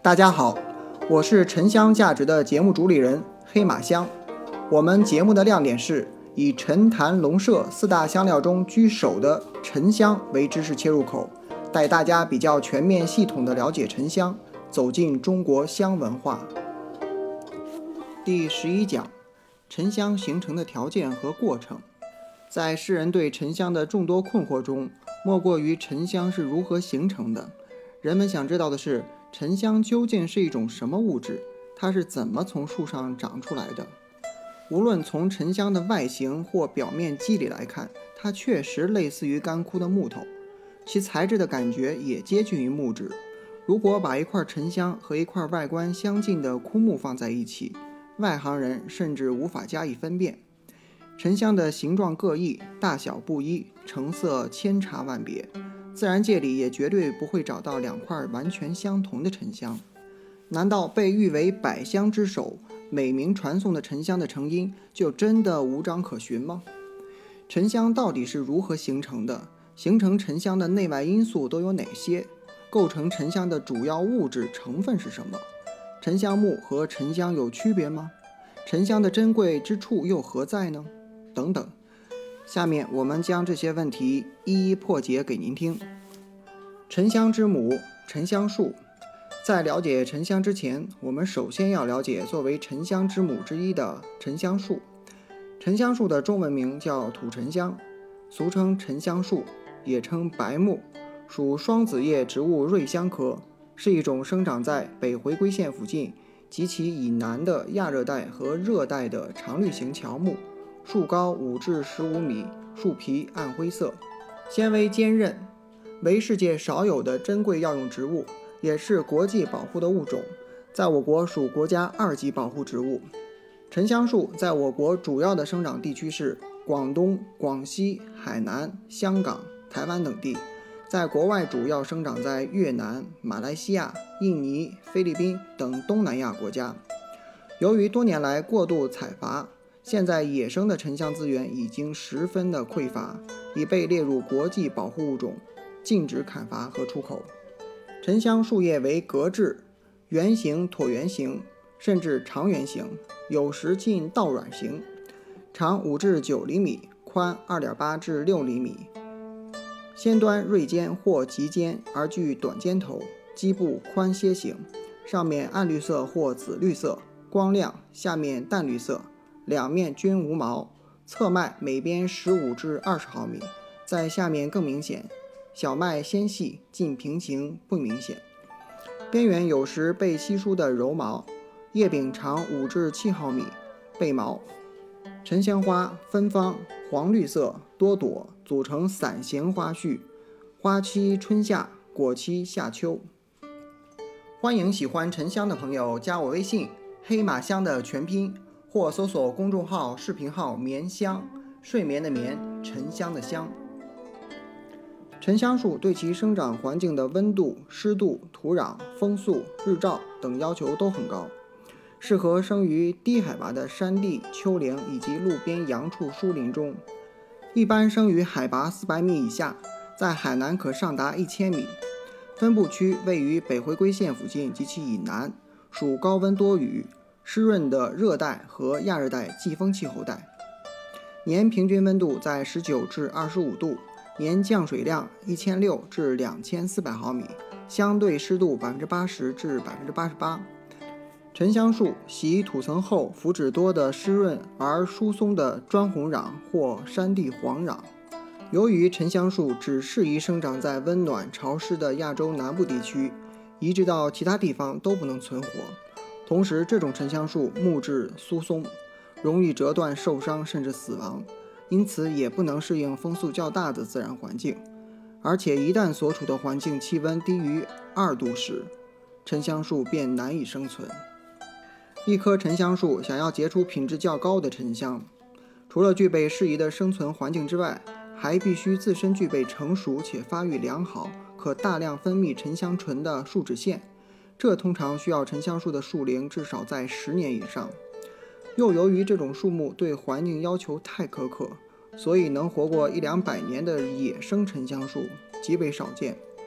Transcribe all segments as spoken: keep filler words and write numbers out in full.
大家好，我是沉香价值的节目主理人黑马香。我们节目的亮点是以沉檀龙麝四大香料中居首的沉香为知识切入口，带大家比较全面系统的了解沉香，走进中国香文化。第十一讲，沉香形成的条件和过程。在世人对沉香的众多困惑中，莫过于沉香是如何形成的。人们想知道的是，沉香究竟是一种什么物质？它是怎么从树上长出来的？无论从沉香的外形或表面肌理来看，它确实类似于干枯的木头，其材质的感觉也接近于木质。如果把一块沉香和一块外观相近的枯木放在一起，外行人甚至无法加以分辨。沉香的形状各异，大小不一，成色千差万别，自然界里也绝对不会找到两块完全相同的沉香。难道被誉为百香之首、美名传颂的沉香的成因就真的无章可循吗？沉香到底是如何形成的？形成沉香的内外因素都有哪些？构成沉香的主要物质成分是什么？沉香木和沉香有区别吗？沉香的珍贵之处又何在呢？等等。下面我们将这些问题一一破解给您听。沉香之母，沉香树。在了解沉香之前，我们首先要了解作为沉香之母之一的沉香树。沉香树的中文名叫土沉香，俗称沉香树，也称白木，属双子叶植物瑞香科，是一种生长在北回归线附近及其以南的亚热带和热带的常绿型乔木，树高五至十五米，树皮暗灰色，纤维坚韧，为世界少有的珍贵药用植物，也是国际保护的物种，在我国属国家二级保护植物。沉香树在我国主要的生长地区是广东、广西、海南、香港、台湾等地，在国外主要生长在越南、马来西亚、印尼、菲律宾等东南亚国家。由于多年来过度采伐，现在野生的沉香资源已经十分的匮乏，已被列入国际保护物种，禁止砍伐和出口。沉香树叶为革质，圆形、椭圆形，甚至长圆形，有时近稻卵形，长五至九厘米，宽二点八至六厘米，先端锐尖或极尖而具短尖头，基部宽楔形，上面暗绿色或紫绿色，光亮，下面淡绿色，两面均无毛，侧脉每边十五至二十毫米，在下面更明显，小脉纤细，近平行，不明显，边缘有时被稀疏的柔毛，叶柄长五至七毫米，背毛。沉香花分方，黄绿色，多朵，组成伞形花序，花期春夏，果期夏秋。欢迎喜欢沉香的朋友加我微信黑马香的全拼，或搜索公众号视频号眠香，睡眠的眠，沉香的香。沉香树对其生长环境的温度、湿度、土壤、风速、日照等要求都很高，适合生于低海拔的山地、丘陵以及路边杨处疏林中，一般生于海拔四百米以下，在海南可上达一千米。分布区位于北回归线附近及其以南，属高温多雨、湿润的热带和亚热带季风气候带，年平均温度在十九至二十五度，年降水量一千六百至两千四百毫米，相对湿度 百分之八十 至 百分之八十八。沉香树喜土层厚、腐脂多的湿润而疏松的砖红壤或山地黄壤。由于沉香树只适宜生长在温暖潮湿的亚洲南部地区，移植到其他地方都不能存活。同时，这种沉香树木质疏松，容易折断受伤甚至死亡，因此也不能适应风速较大的自然环境，而且一旦所处的环境气温低于二度时，沉香树便难以生存。一棵沉香树想要结出品质较高的沉香，除了具备适宜的生存环境之外，还必须自身具备成熟且发育良好、可大量分泌沉香醇的树脂腺，这通常需要沉香树的树龄至少在十年以上。又由于这种树木对环境要求太苛刻，所以能活过一两百年的野生沉香树极为少见。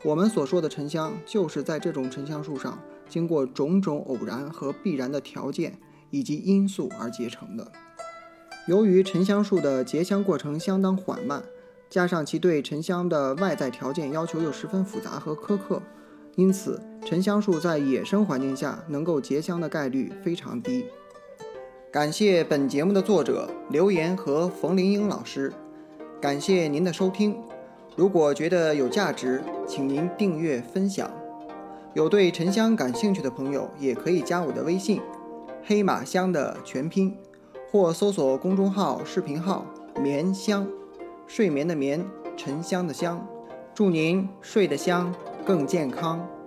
我们所说的沉香，就是在这种沉香树上经过种种偶然和必然的条件以及因素而结成的。由于沉香树的结香过程相当缓慢，加上其对沉香的外在条件要求又十分复杂和苛刻，因此沉香树在野生环境下能够结香的概率非常低。感谢本节目的作者刘岩和冯林英老师，感谢您的收听。如果觉得有价值，请您订阅分享。有对沉香感兴趣的朋友，也可以加我的微信黑马香的全拼，或搜索公众号视频号眠香，睡眠的眠，沉香的香。祝您睡得香，更健康。